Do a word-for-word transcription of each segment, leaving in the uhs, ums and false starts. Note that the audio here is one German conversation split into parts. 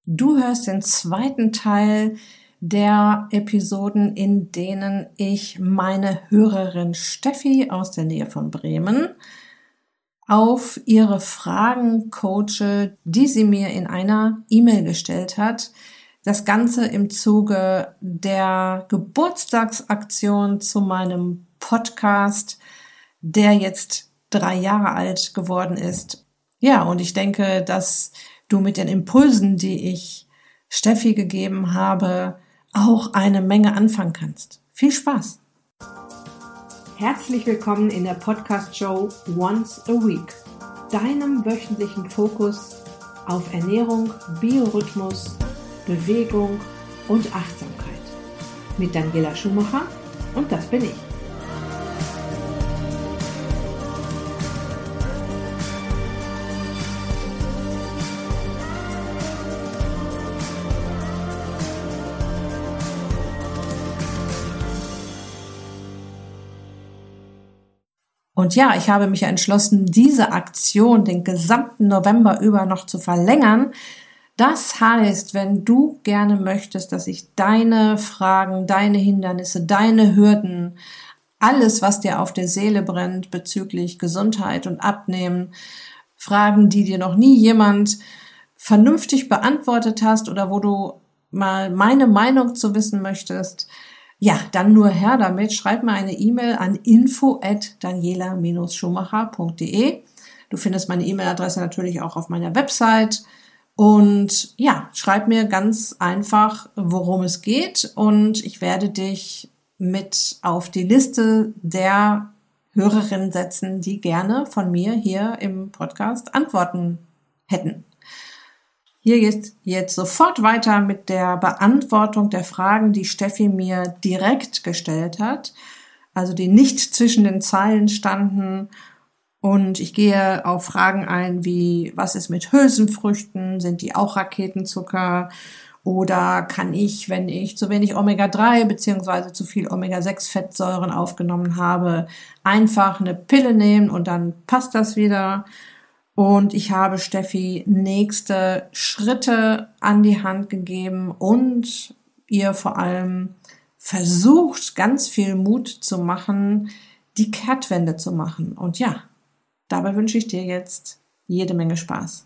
Du hörst den zweiten Teil der Episoden, in denen ich meine Hörerin Steffi aus der Nähe von Bremen auf ihre Fragen coache, die sie mir in einer E-Mail gestellt hat. Das Ganze im Zuge der Geburtstagsaktion zu meinem Podcast, der jetzt drei Jahre alt geworden ist. Ja, und ich denke, dass du mit den Impulsen, die ich Steffi gegeben habe, auch eine Menge anfangen kannst. Viel Spaß! Herzlich willkommen in der Podcast-Show Once a Week, deinem wöchentlichen Fokus auf Ernährung, Biorhythmus, Bewegung und Achtsamkeit. Mit Daniela Schumacher und das bin ich. Und ja, ich habe mich entschlossen, diese Aktion den gesamten November über noch zu verlängern. Das heißt, wenn du gerne möchtest, dass ich deine Fragen, deine Hindernisse, deine Hürden, alles, was dir auf der Seele brennt bezüglich Gesundheit und Abnehmen, Fragen, die dir noch nie jemand vernünftig beantwortet hast oder wo du mal meine Meinung zu wissen möchtest, ja, dann nur her damit. Schreib mir eine E-Mail an info at daniela schumacher punkt de. Du findest meine E-Mail-Adresse natürlich auch auf meiner Website. Und ja, schreib mir ganz einfach, worum es geht. Und ich werde dich mit auf die Liste der Hörerinnen setzen, die gerne von mir hier im Podcast Antworten hätten. Hier geht's jetzt sofort weiter mit der Beantwortung der Fragen, die Steffi mir direkt gestellt hat, also die nicht zwischen den Zeilen standen. Und ich gehe auf Fragen ein wie, was ist mit Hülsenfrüchten? Sind die auch Raketenzucker? Oder kann ich, wenn ich zu wenig Omega drei beziehungsweise zu viel Omega sechs Fettsäuren aufgenommen habe, einfach eine Pille nehmen und dann passt das wieder? Und ich habe Steffi nächste Schritte an die Hand gegeben und ihr vor allem versucht, ganz viel Mut zu machen, die Kehrtwende zu machen. Und ja, dabei wünsche ich dir jetzt jede Menge Spaß.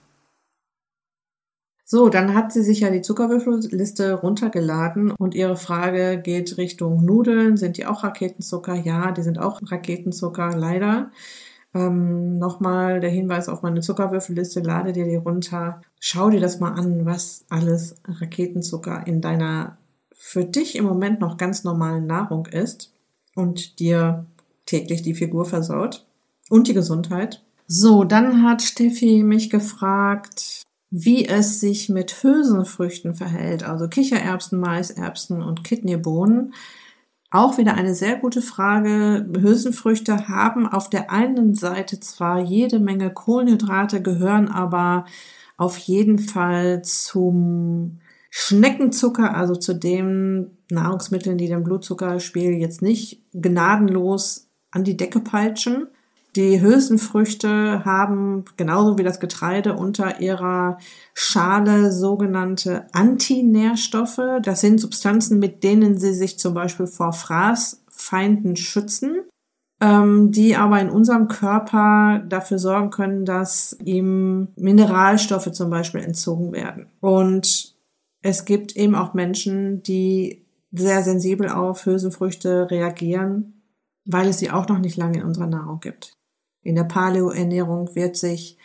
So, dann hat sie sich ja die Zuckerwürfelliste runtergeladen und ihre Frage geht Richtung Nudeln. Sind die auch Raketenzucker? Ja, die sind auch Raketenzucker, leider. Ähm, nochmal der Hinweis auf meine Zuckerwürfelliste, lade dir die runter. Schau dir das mal an, was alles Raketenzucker in deiner für dich im Moment noch ganz normalen Nahrung ist und dir täglich die Figur versaut und die Gesundheit. So, dann hat Steffi mich gefragt, wie es sich mit Hülsenfrüchten verhält, also Kichererbsen, Maiserbsen und Kidneybohnen. Auch wieder eine sehr gute Frage. Hülsenfrüchte haben auf der einen Seite zwar jede Menge Kohlenhydrate, gehören aber auf jeden Fall zum Schneckenzucker, also zu den Nahrungsmitteln, die den Blutzuckerspiegel jetzt nicht gnadenlos an die Decke peitschen. Die Hülsenfrüchte haben genauso wie das Getreide unter ihrer Schale sogenannte Antinährstoffe. Das sind Substanzen, mit denen sie sich zum Beispiel vor Fraßfeinden schützen, ähm, die aber in unserem Körper dafür sorgen können, dass ihm Mineralstoffe zum Beispiel entzogen werden. Und es gibt eben auch Menschen, die sehr sensibel auf Hülsenfrüchte reagieren, weil es sie auch noch nicht lange in unserer Nahrung gibt. In der Paleo-Ernährung wird sich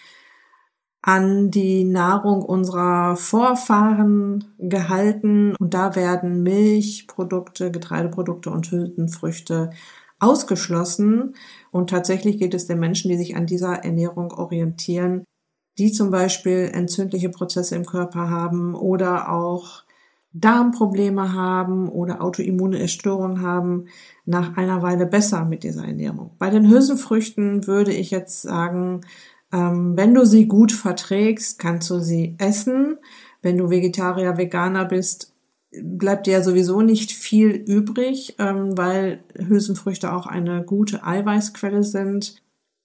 an die Nahrung unserer Vorfahren gehalten und da werden Milchprodukte, Getreideprodukte und Hülsenfrüchte ausgeschlossen. Und tatsächlich geht es den Menschen, die sich an dieser Ernährung orientieren, die zum Beispiel entzündliche Prozesse im Körper haben oder auch Darmprobleme haben oder autoimmune Störungen haben, nach einer Weile besser mit dieser Ernährung. Bei den Hülsenfrüchten würde ich jetzt sagen, ähm, wenn du sie gut verträgst, kannst du sie essen. Wenn du Vegetarier, Veganer bist, bleibt dir ja sowieso nicht viel übrig, ähm, weil Hülsenfrüchte auch eine gute Eiweißquelle sind.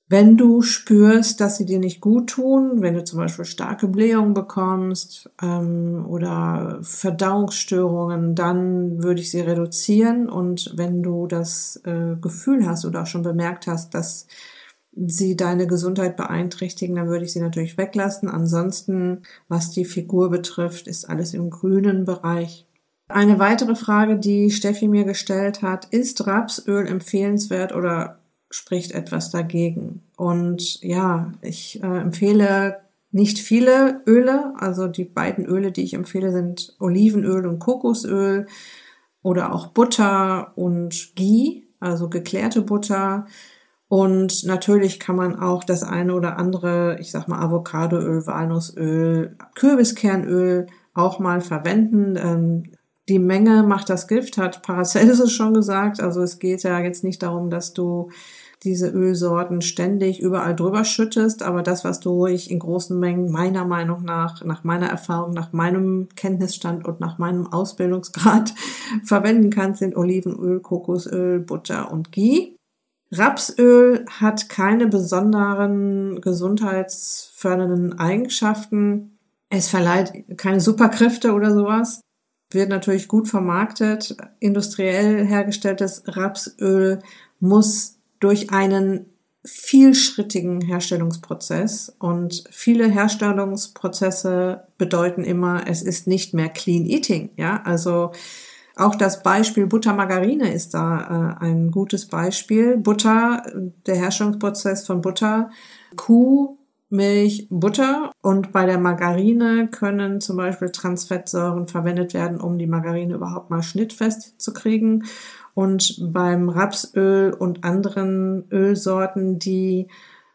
Wenn du spürst, dass sie dir nicht gut tun, wenn du zum Beispiel starke Blähungen bekommst ähm, oder Verdauungsstörungen, dann würde ich sie reduzieren. Und wenn du das äh, Gefühl hast oder auch schon bemerkt hast, dass sie deine Gesundheit beeinträchtigen, dann würde ich sie natürlich weglassen. Ansonsten, was die Figur betrifft, ist alles im grünen Bereich. Eine weitere Frage, die Steffi mir gestellt hat: Ist Rapsöl empfehlenswert oder spricht etwas dagegen? Und ja, ich äh, empfehle nicht viele Öle. Also die beiden Öle, die ich empfehle, sind Olivenöl und Kokosöl oder auch Butter und Ghee, also geklärte Butter. Und natürlich kann man auch das eine oder andere, ich sag mal Avocadoöl, Walnussöl, Kürbiskernöl auch mal verwenden. Ähm, die Menge macht das Gift, hat Paracelsus schon gesagt. Also es geht ja jetzt nicht darum, dass du diese Ölsorten ständig überall drüber schüttest, aber das, was du ruhig in großen Mengen, meiner Meinung nach, nach meiner Erfahrung, nach meinem Kenntnisstand und nach meinem Ausbildungsgrad verwenden kannst, sind Olivenöl, Kokosöl, Butter und Ghee. Rapsöl hat keine besonderen gesundheitsfördernden Eigenschaften. Es verleiht keine Superkräfte oder sowas. Wird natürlich gut vermarktet. Industriell hergestelltes Rapsöl muss durch einen vielschrittigen Herstellungsprozess, und viele Herstellungsprozesse bedeuten immer, es ist nicht mehr Clean Eating. Ja, also auch das Beispiel Butter-Margarine ist da äh, ein gutes Beispiel. Butter, der Herstellungsprozess von Butter, Kuh, Milch, Butter, und bei der Margarine können zum Beispiel Transfettsäuren verwendet werden, um die Margarine überhaupt mal schnittfest zu kriegen. Und beim Rapsöl und anderen Ölsorten, die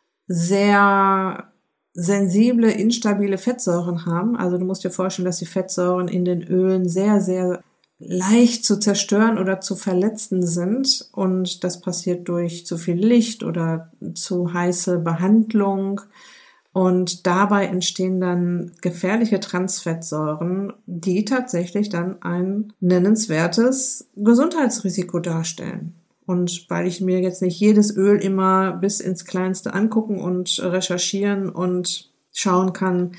sehr sensible, instabile Fettsäuren haben, also du musst dir vorstellen, dass die Fettsäuren in den Ölen sehr, sehr leicht zu zerstören oder zu verletzen sind, und das passiert durch zu viel Licht oder zu heiße Behandlung, und dabei entstehen dann gefährliche Transfettsäuren, die tatsächlich dann ein nennenswertes Gesundheitsrisiko darstellen. Und weil ich mir jetzt nicht jedes Öl immer bis ins Kleinste angucken und recherchieren und schauen kann,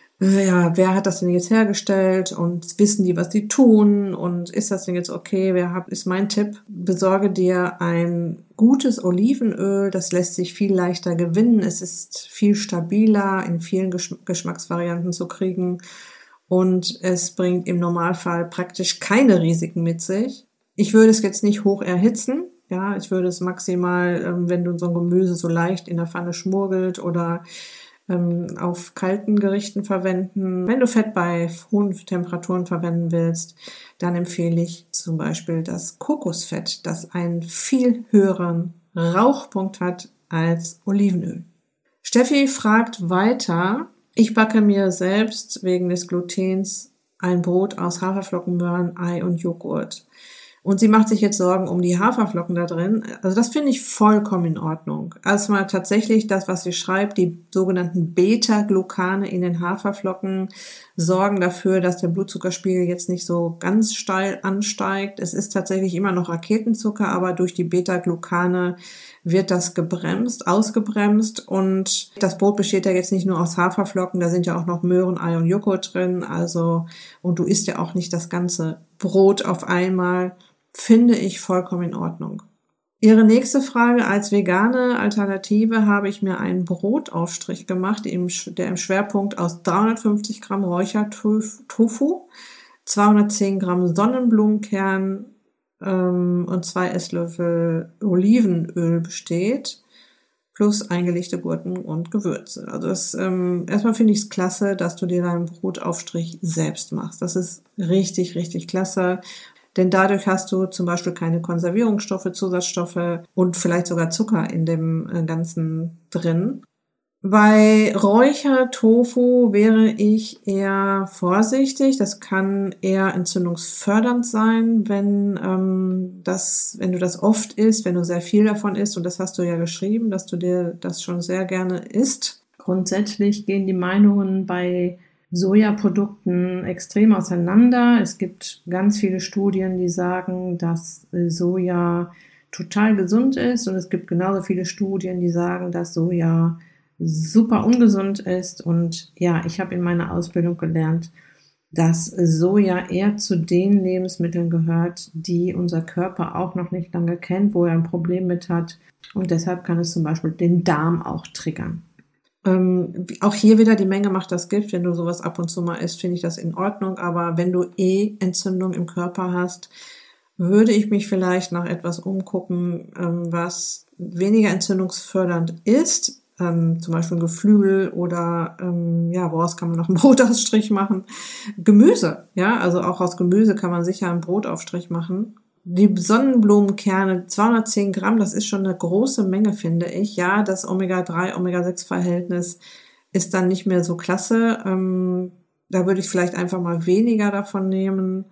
ja, wer hat das denn jetzt hergestellt und wissen die, was die tun und ist das denn jetzt okay? Wer hat, ist mein Tipp: Besorge dir ein gutes Olivenöl, das lässt sich viel leichter gewinnen. Es ist viel stabiler, in vielen Geschm- Geschmacksvarianten zu kriegen, und es bringt im Normalfall praktisch keine Risiken mit sich. Ich würde es jetzt nicht hoch erhitzen. Ja, ich würde es maximal, ähm, wenn du so ein Gemüse so leicht in der Pfanne schmurgelt oder ähm, auf kalten Gerichten verwenden. Wenn du Fett bei hohen Temperaturen verwenden willst, dann empfehle ich zum Beispiel das Kokosfett, das einen viel höheren Rauchpunkt hat als Olivenöl. Steffi fragt weiter: Ich backe mir selbst wegen des Glutens ein Brot aus Haferflocken, Möhren, Ei und Joghurt. Und sie macht sich jetzt Sorgen um die Haferflocken da drin. Also das finde ich vollkommen in Ordnung. Erstmal tatsächlich das, was sie schreibt, die sogenannten Beta-Glucane in den Haferflocken sorgen dafür, dass der Blutzuckerspiegel jetzt nicht so ganz steil ansteigt. Es ist tatsächlich immer noch Raketenzucker, aber durch die Beta-Glucane wird das gebremst, ausgebremst, und das Brot besteht ja jetzt nicht nur aus Haferflocken, da sind ja auch noch Möhren, Ei und Joghurt drin, also, und du isst ja auch nicht das ganze Brot auf einmal. Finde ich vollkommen in Ordnung. Ihre nächste Frage: Als vegane Alternative habe ich mir einen Brotaufstrich gemacht, der im Schwerpunkt aus dreihundertfünfzig Gramm Räuchertofu, zweihundertzehn Gramm Sonnenblumenkern ähm, und zwei Esslöffel Olivenöl besteht, plus eingelegte Gurken und Gewürze. Also das, ähm, erstmal finde ich es klasse, dass du dir deinen Brotaufstrich selbst machst. Das ist richtig, richtig klasse. Denn dadurch hast du zum Beispiel keine Konservierungsstoffe, Zusatzstoffe und vielleicht sogar Zucker in dem Ganzen drin. Bei Räuchertofu wäre ich eher vorsichtig. Das kann eher entzündungsfördernd sein, wenn ähm, das, wenn du das oft isst, wenn du sehr viel davon isst. Und das hast du ja geschrieben, dass du dir das schon sehr gerne isst. Grundsätzlich gehen die Meinungen bei Sojaprodukten extrem auseinander. Es gibt ganz viele Studien, die sagen, dass Soja total gesund ist. Und es gibt genauso viele Studien, die sagen, dass Soja super ungesund ist. Und ja, ich habe in meiner Ausbildung gelernt, dass Soja eher zu den Lebensmitteln gehört, die unser Körper auch noch nicht lange kennt, wo er ein Problem mit hat. Und deshalb kann es zum Beispiel den Darm auch triggern. Ähm, auch hier wieder, die Menge macht das Gift. Wenn du sowas ab und zu mal isst, finde ich das in Ordnung. Aber wenn du eh Entzündung im Körper hast, würde ich mich vielleicht nach etwas umgucken, ähm, was weniger entzündungsfördernd ist. Ähm, zum Beispiel ein Geflügel oder ähm, ja, woraus kann man noch einen Brotausstrich machen? Gemüse, ja, also auch aus Gemüse kann man sicher einen Brotaufstrich machen. Die Sonnenblumenkerne, zweihundertzehn Gramm, das ist schon eine große Menge, finde ich. Ja, das Omega drei Omega sechs Verhältnis ist dann nicht mehr so klasse. Ähm, da würde ich vielleicht einfach mal weniger davon nehmen.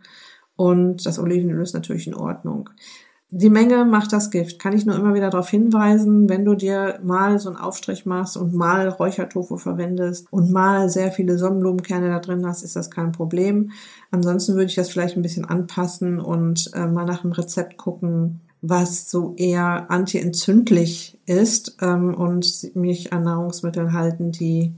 Und das Olivenöl ist natürlich in Ordnung. Die Menge macht das Gift. Kann ich nur immer wieder darauf hinweisen, wenn du dir mal so einen Aufstrich machst und mal Räuchertofu verwendest und mal sehr viele Sonnenblumenkerne da drin hast, ist das kein Problem. Ansonsten würde ich das vielleicht ein bisschen anpassen und äh, mal nach dem Rezept gucken, was so eher antientzündlich ist ähm, und mich an Nahrungsmitteln halten, die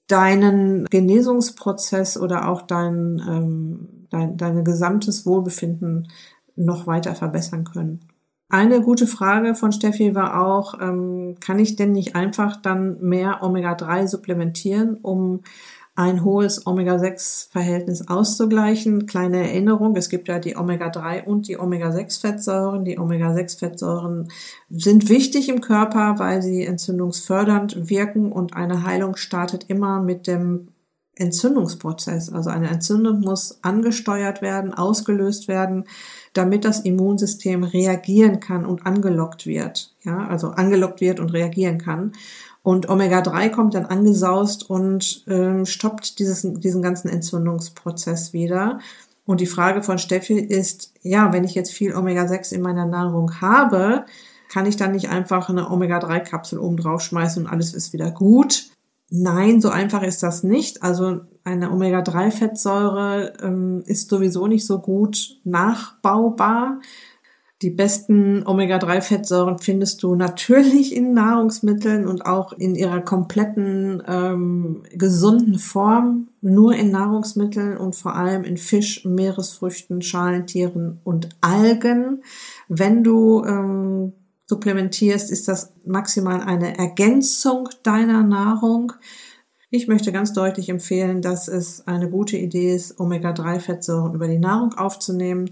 deinen Genesungsprozess oder auch dein, ähm, dein, dein gesamtes Wohlbefinden noch weiter verbessern können. Eine gute Frage von Steffi war auch, ähm, kann ich denn nicht einfach dann mehr Omega drei supplementieren, um ein hohes Omega sechs Verhältnis auszugleichen? Kleine Erinnerung, es gibt ja die Omega drei und die Omega sechs Fettsäuren. Die Omega sechs Fettsäuren sind wichtig im Körper, weil sie entzündungsfördernd wirken und eine Heilung startet immer mit dem Entzündungsprozess. Also eine Entzündung muss angesteuert werden, ausgelöst werden, damit das Immunsystem reagieren kann und angelockt wird. Ja, also angelockt wird und reagieren kann. Und Omega drei kommt dann angesaust und ähm, stoppt dieses, diesen ganzen Entzündungsprozess wieder. Und die Frage von Steffi ist, ja, wenn ich jetzt viel Omega sechs in meiner Nahrung habe, kann ich dann nicht einfach eine Omega drei Kapsel oben drauf schmeißen und alles ist wieder gut? Nein, so einfach ist das nicht. Also eine Omega drei Fettsäure ähm, ist sowieso nicht so gut nachbaubar. Die besten Omega drei Fettsäuren findest du natürlich in Nahrungsmitteln und auch in ihrer kompletten ähm, gesunden Form nur in Nahrungsmitteln und vor allem in Fisch, Meeresfrüchten, Schalentieren und Algen. Wenn du ähm, supplementierst, ist das maximal eine Ergänzung deiner Nahrung. Ich möchte ganz deutlich empfehlen, dass es eine gute Idee ist, Omega drei Fettsäuren über die Nahrung aufzunehmen.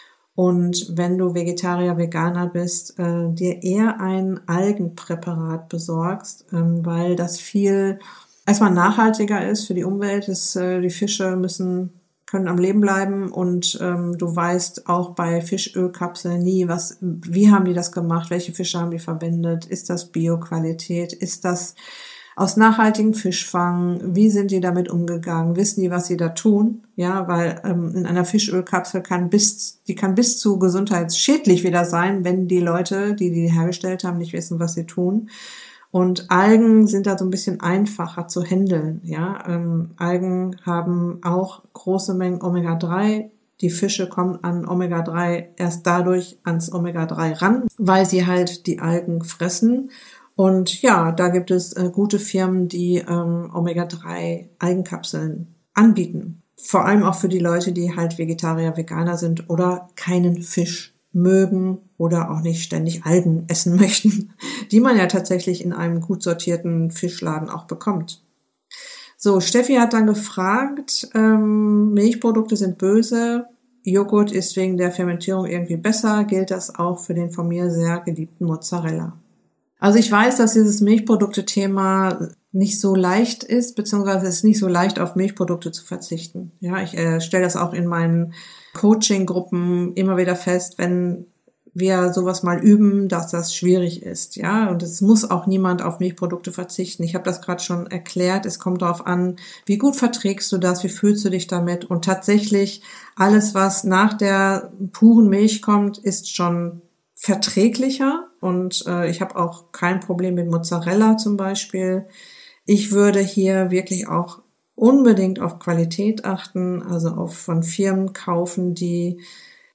Und wenn du Vegetarier, Veganer bist, äh, dir eher ein Algenpräparat besorgst, ähm, weil das viel erstmal nachhaltiger ist für die Umwelt. Das, äh, die Fische müssen können am Leben bleiben und ähm, du weißt auch bei Fischölkapseln nie, was, wie haben die das gemacht, welche Fische haben die verwendet, ist das Bio-Qualität, ist das aus nachhaltigem Fischfang, wie sind die damit umgegangen, wissen die, was sie da tun, ja, weil ähm, in einer Fischölkapsel kann bis, die kann bis zu gesundheitsschädlich wieder sein, wenn die Leute, die die hergestellt haben, nicht wissen, was sie tun. Und Algen sind da so ein bisschen einfacher zu handeln, ja. Ähm, Algen haben auch große Mengen Omega drei. Die Fische kommen an Omega drei erst dadurch ans Omega drei ran, weil sie halt die Algen fressen. Und ja, da gibt es äh, gute Firmen, die ähm, Omega drei Algenkapseln anbieten. Vor allem auch für die Leute, die halt Vegetarier, Veganer sind oder keinen Fisch mögen oder auch nicht ständig Algen essen möchten, die man ja tatsächlich in einem gut sortierten Fischladen auch bekommt. So, Steffi hat dann gefragt, ähm, Milchprodukte sind böse, Joghurt ist wegen der Fermentierung irgendwie besser, gilt das auch für den von mir sehr geliebten Mozzarella? Also ich weiß, dass dieses Milchprodukte-Thema nicht so leicht ist, beziehungsweise es ist nicht so leicht, auf Milchprodukte zu verzichten. Ja, ich äh, stelle das auch in meinen Coaching-Gruppen immer wieder fest, wenn wir sowas mal üben, dass das schwierig ist. Ja, und es muss auch niemand auf Milchprodukte verzichten. Ich habe das gerade schon erklärt. Es kommt darauf an, wie gut verträgst du das, wie fühlst du dich damit? Und tatsächlich alles, was nach der puren Milch kommt, ist schon verträglicher. Und äh, ich habe auch kein Problem mit Mozzarella zum Beispiel. Ich würde hier wirklich auch unbedingt auf Qualität achten, also auf von Firmen kaufen, die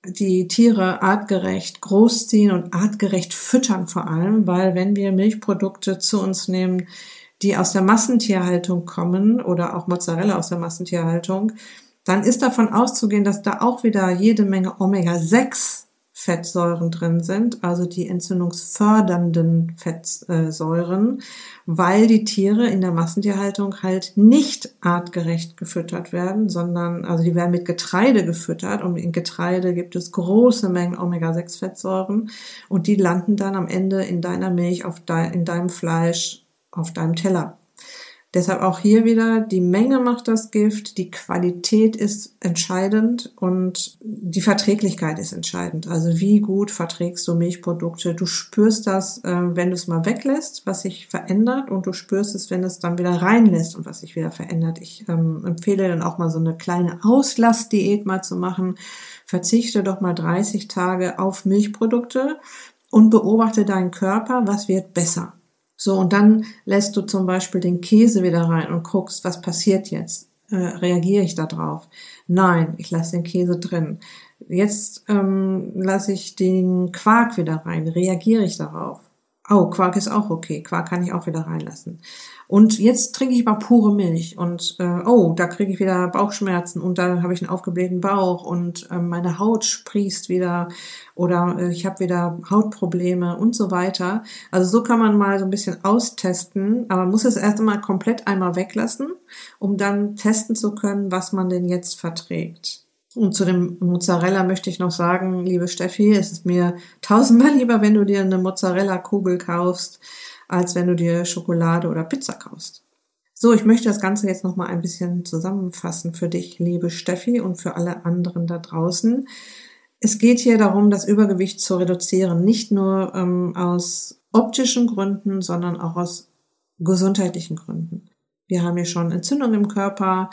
die Tiere artgerecht großziehen und artgerecht füttern vor allem, weil wenn wir Milchprodukte zu uns nehmen, die aus der Massentierhaltung kommen oder auch Mozzarella aus der Massentierhaltung, dann ist davon auszugehen, dass da auch wieder jede Menge Omega sechs Fettsäuren drin sind, also die entzündungsfördernden Fettsäuren, weil die Tiere in der Massentierhaltung halt nicht artgerecht gefüttert werden, sondern, also die werden mit Getreide gefüttert und in Getreide gibt es große Mengen Omega sechs Fettsäuren und die landen dann am Ende in deiner Milch, auf de, in deinem Fleisch, auf deinem Teller. Deshalb auch hier wieder, die Menge macht das Gift, die Qualität ist entscheidend und die Verträglichkeit ist entscheidend. Also wie gut verträgst du Milchprodukte? Du spürst das, wenn du es mal weglässt, was sich verändert, und du spürst es, wenn es dann wieder reinlässt und was sich wieder verändert. Ich ähm, empfehle dann auch mal so eine kleine Auslassdiät mal zu machen. Verzichte doch mal dreißig Tage auf Milchprodukte und beobachte deinen Körper, was wird besser. So, und dann lässt du zum Beispiel den Käse wieder rein und guckst, was passiert jetzt? Äh, reagiere ich da drauf? Nein, ich lasse den Käse drin. Jetzt ähm, lasse ich den Quark wieder rein. Reagiere ich darauf? Oh, Quark ist auch okay. Quark kann ich auch wieder reinlassen. Und jetzt trinke ich mal pure Milch und äh, oh, da kriege ich wieder Bauchschmerzen und da habe ich einen aufgeblähten Bauch und äh, meine Haut sprießt wieder oder äh, ich habe wieder Hautprobleme und so weiter. Also so kann man mal so ein bisschen austesten, aber man muss es erst einmal komplett einmal weglassen, um dann testen zu können, was man denn jetzt verträgt. Und zu dem Mozzarella möchte ich noch sagen, liebe Steffi, es ist mir tausendmal lieber, wenn du dir eine Mozzarella-Kugel kaufst, als wenn du dir Schokolade oder Pizza kaufst. So, ich möchte das Ganze jetzt noch mal ein bisschen zusammenfassen für dich, liebe Steffi, und für alle anderen da draußen. Es geht hier darum, das Übergewicht zu reduzieren, nicht nur ähm, aus optischen Gründen, sondern auch aus gesundheitlichen Gründen. Wir haben hier schon Entzündung im Körper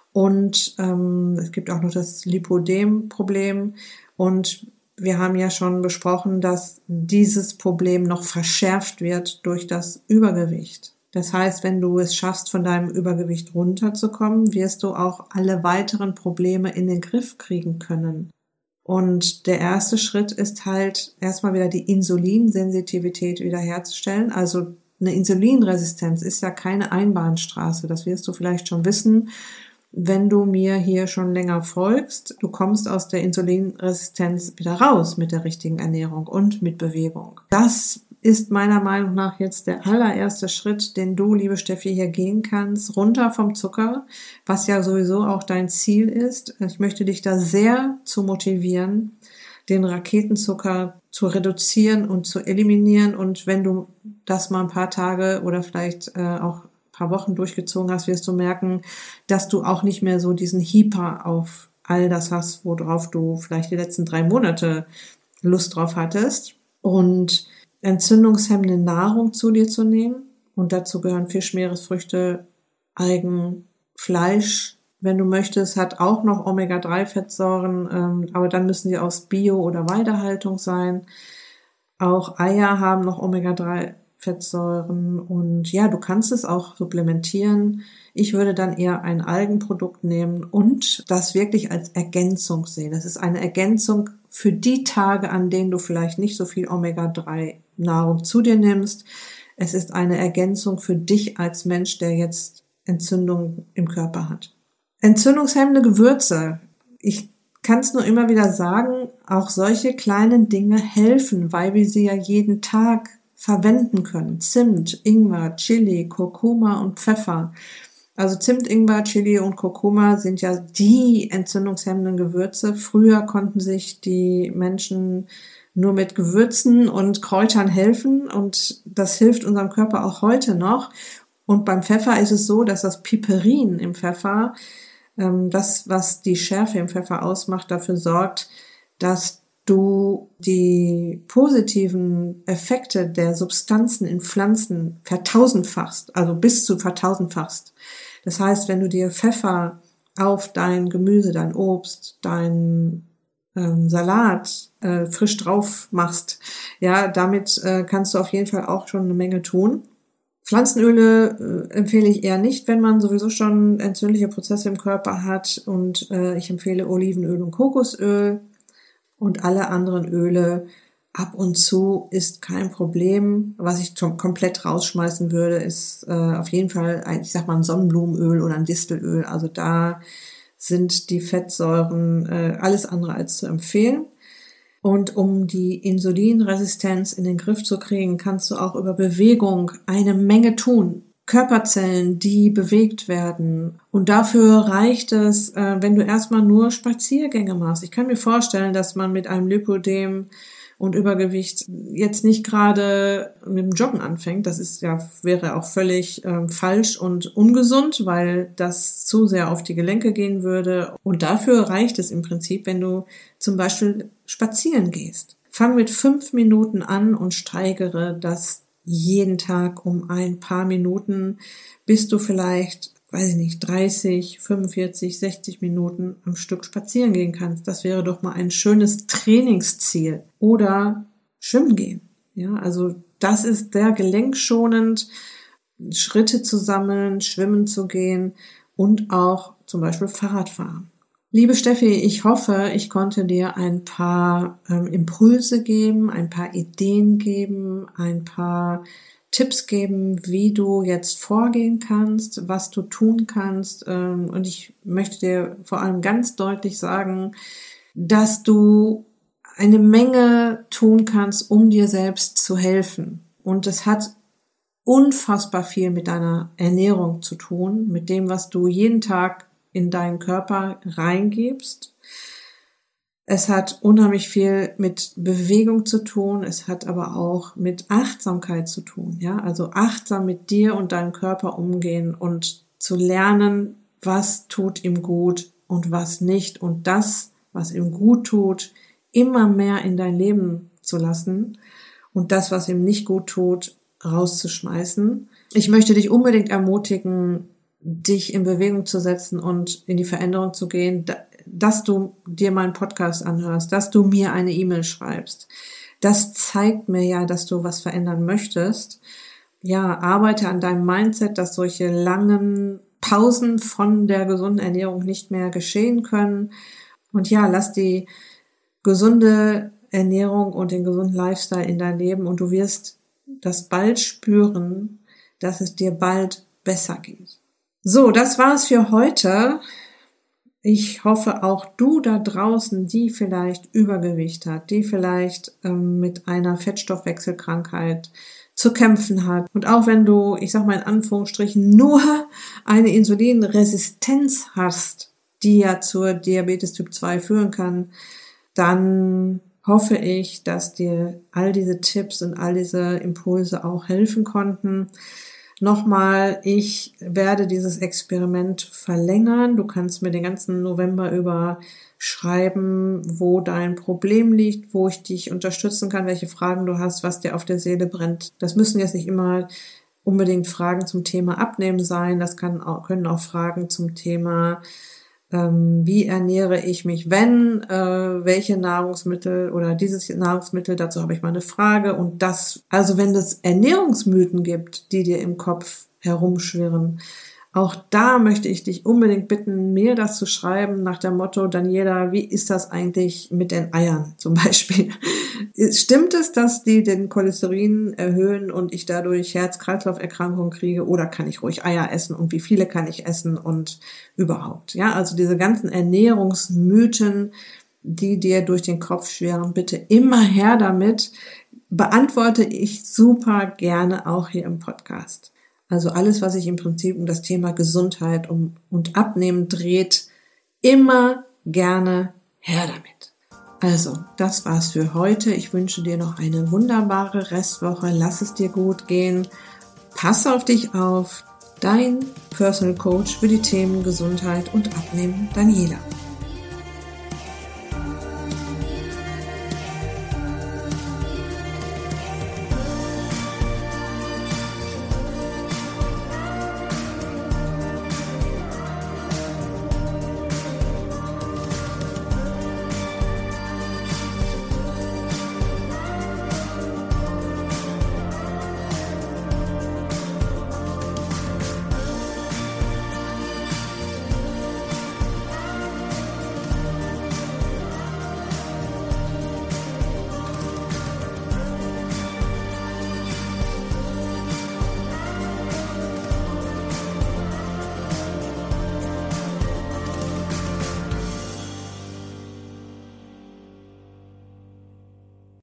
und ähm, es gibt auch noch das Lipödem-Problem und wir haben ja schon besprochen, dass dieses Problem noch verschärft wird durch das Übergewicht. Das heißt, wenn du es schaffst, von deinem Übergewicht runterzukommen, wirst du auch alle weiteren Probleme in den Griff kriegen können. Und der erste Schritt ist halt erstmal wieder die Insulinsensitivität wiederherzustellen. Also eine Insulinresistenz ist ja keine Einbahnstraße, das wirst du vielleicht schon wissen, wenn du mir hier schon länger folgst. Du kommst aus der Insulinresistenz wieder raus mit der richtigen Ernährung und mit Bewegung. Das ist meiner Meinung nach jetzt der allererste Schritt, den du, liebe Steffi, hier gehen kannst, runter vom Zucker, was ja sowieso auch dein Ziel ist. Ich möchte dich da sehr zu motivieren, den Raketenzucker zu reduzieren und zu eliminieren. Und wenn du das mal ein paar Tage oder vielleicht äh, auch paar Wochen durchgezogen hast, wirst du merken, dass du auch nicht mehr so diesen Hyper auf all das hast, worauf du vielleicht die letzten drei Monate Lust drauf hattest. Und entzündungshemmende Nahrung zu dir zu nehmen. Und dazu gehören Fisch, Meeresfrüchte, Algen, Fleisch. Wenn du möchtest, hat auch noch Omega drei Fettsäuren, ähm, aber dann müssen sie aus Bio- oder Weidehaltung sein. Auch Eier haben noch Omega drei Fettsäuren und ja, du kannst es auch supplementieren. Ich würde dann eher ein Algenprodukt nehmen und das wirklich als Ergänzung sehen. Das ist eine Ergänzung für die Tage, an denen du vielleicht nicht so viel Omega drei Nahrung zu dir nimmst. Es ist eine Ergänzung für dich als Mensch, der jetzt Entzündung im Körper hat. Entzündungshemmende Gewürze. Ich kann es nur immer wieder sagen, auch solche kleinen Dinge helfen, weil wir sie ja jeden Tag verwenden können. Zimt, Ingwer, Chili, Kurkuma und Pfeffer. Also Zimt, Ingwer, Chili und Kurkuma sind ja die entzündungshemmenden Gewürze. Früher konnten sich die Menschen nur mit Gewürzen und Kräutern helfen und das hilft unserem Körper auch heute noch. Und beim Pfeffer ist es so, dass das Piperin im Pfeffer, ähm, das, was die Schärfe im Pfeffer ausmacht, dafür sorgt, dass du die positiven Effekte der Substanzen in Pflanzen vertausendfachst, also bis zu vertausendfachst. Das heißt, wenn du dir Pfeffer auf dein Gemüse, dein Obst, dein ähm, Salat äh, frisch drauf machst, ja, damit äh, kannst du auf jeden Fall auch schon eine Menge tun. Pflanzenöle äh, empfehle ich eher nicht, wenn man sowieso schon entzündliche Prozesse im Körper hat, und äh, ich empfehle Olivenöl und Kokosöl. und alle anderen Öle ab und zu ist kein Problem. Was ich komplett rausschmeißen würde, ist äh, auf jeden Fall ein, ich sag mal, ein Sonnenblumenöl oder ein Distelöl. Also da sind die Fettsäuren äh, alles andere als zu empfehlen. Und um die Insulinresistenz in den Griff zu kriegen, kannst du auch über Bewegung eine Menge tun. Körperzellen, die bewegt werden. Und dafür reicht es, äh, wenn du erstmal nur Spaziergänge machst. Ich kann mir vorstellen, dass man mit einem Lipödem und Übergewicht jetzt nicht gerade mit dem Joggen anfängt. Das ist ja, wäre auch völlig äh, falsch und ungesund, weil das zu sehr auf die Gelenke gehen würde. Und dafür reicht es im Prinzip, wenn du zum Beispiel spazieren gehst. Fang mit fünf Minuten an und steigere das jeden Tag um ein paar Minuten, bis du vielleicht, weiß ich nicht, dreißig, fünfundvierzig, sechzig Minuten am Stück spazieren gehen kannst. Das wäre doch mal ein schönes Trainingsziel. Oder schwimmen gehen. Ja, also das ist sehr gelenkschonend, Schritte zu sammeln, schwimmen zu gehen und auch zum Beispiel Fahrrad fahren. Liebe Steffi, ich hoffe, ich konnte dir ein paar ähm, Impulse geben, ein paar Ideen geben, ein paar Tipps geben, wie du jetzt vorgehen kannst, was du tun kannst. Ähm, und ich möchte dir vor allem ganz deutlich sagen, dass du eine Menge tun kannst, um dir selbst zu helfen. Und es hat unfassbar viel mit deiner Ernährung zu tun, mit dem, was du jeden Tag in deinen Körper reingibst. Es hat unheimlich viel mit Bewegung zu tun, es hat aber auch mit Achtsamkeit zu tun, ja, also achtsam mit dir und deinem Körper umgehen und zu lernen, was tut ihm gut und was nicht und das, was ihm gut tut, immer mehr in dein Leben zu lassen und das, was ihm nicht gut tut, rauszuschmeißen. Ich möchte dich unbedingt ermutigen, dich in Bewegung zu setzen und in die Veränderung zu gehen, dass du dir meinen Podcast anhörst, dass du mir eine E-Mail schreibst. Das zeigt mir ja, dass du was verändern möchtest. Ja, arbeite an deinem Mindset, dass solche langen Pausen von der gesunden Ernährung nicht mehr geschehen können. Und ja, lass die gesunde Ernährung und den gesunden Lifestyle in dein Leben und du wirst das bald spüren, dass es dir bald besser geht. So, das war's für heute. Ich hoffe, auch du da draußen, die vielleicht Übergewicht hat, die vielleicht ähm, mit einer Fettstoffwechselkrankheit zu kämpfen hat. Und auch wenn du, ich sag mal in Anführungsstrichen, nur eine Insulinresistenz hast, die ja zur Diabetes Typ zwei führen kann, dann hoffe ich, dass dir all diese Tipps und all diese Impulse auch helfen konnten. Nochmal, ich werde dieses Experiment verlängern. Du kannst mir den ganzen November über schreiben, wo dein Problem liegt, wo ich dich unterstützen kann, welche Fragen du hast, was dir auf der Seele brennt. Das müssen jetzt nicht immer unbedingt Fragen zum Thema Abnehmen sein. Das kann auch, können auch Fragen zum Thema wie ernähre ich mich, wenn, äh, welche Nahrungsmittel oder dieses Nahrungsmittel, dazu habe ich mal eine Frage und das, also wenn es Ernährungsmythen gibt, die dir im Kopf herumschwirren, auch da möchte ich dich unbedingt bitten, mir das zu schreiben nach dem Motto, Daniela, wie ist das eigentlich mit den Eiern zum Beispiel? Stimmt es, dass die den Cholesterin erhöhen und ich dadurch Herz-Kreislauf-Erkrankungen kriege oder kann ich ruhig Eier essen und wie viele kann ich essen und überhaupt? Ja, also diese ganzen Ernährungsmythen, die dir durch den Kopf schwirren, bitte immer her damit, beantworte ich super gerne auch hier im Podcast. Also alles, was sich im Prinzip um das Thema Gesundheit um, und Abnehmen dreht, immer gerne her damit. Also, das war's für heute. Ich wünsche dir noch eine wunderbare Restwoche. Lass es dir gut gehen. Pass auf dich auf. Dein Personal Coach für die Themen Gesundheit und Abnehmen, Daniela.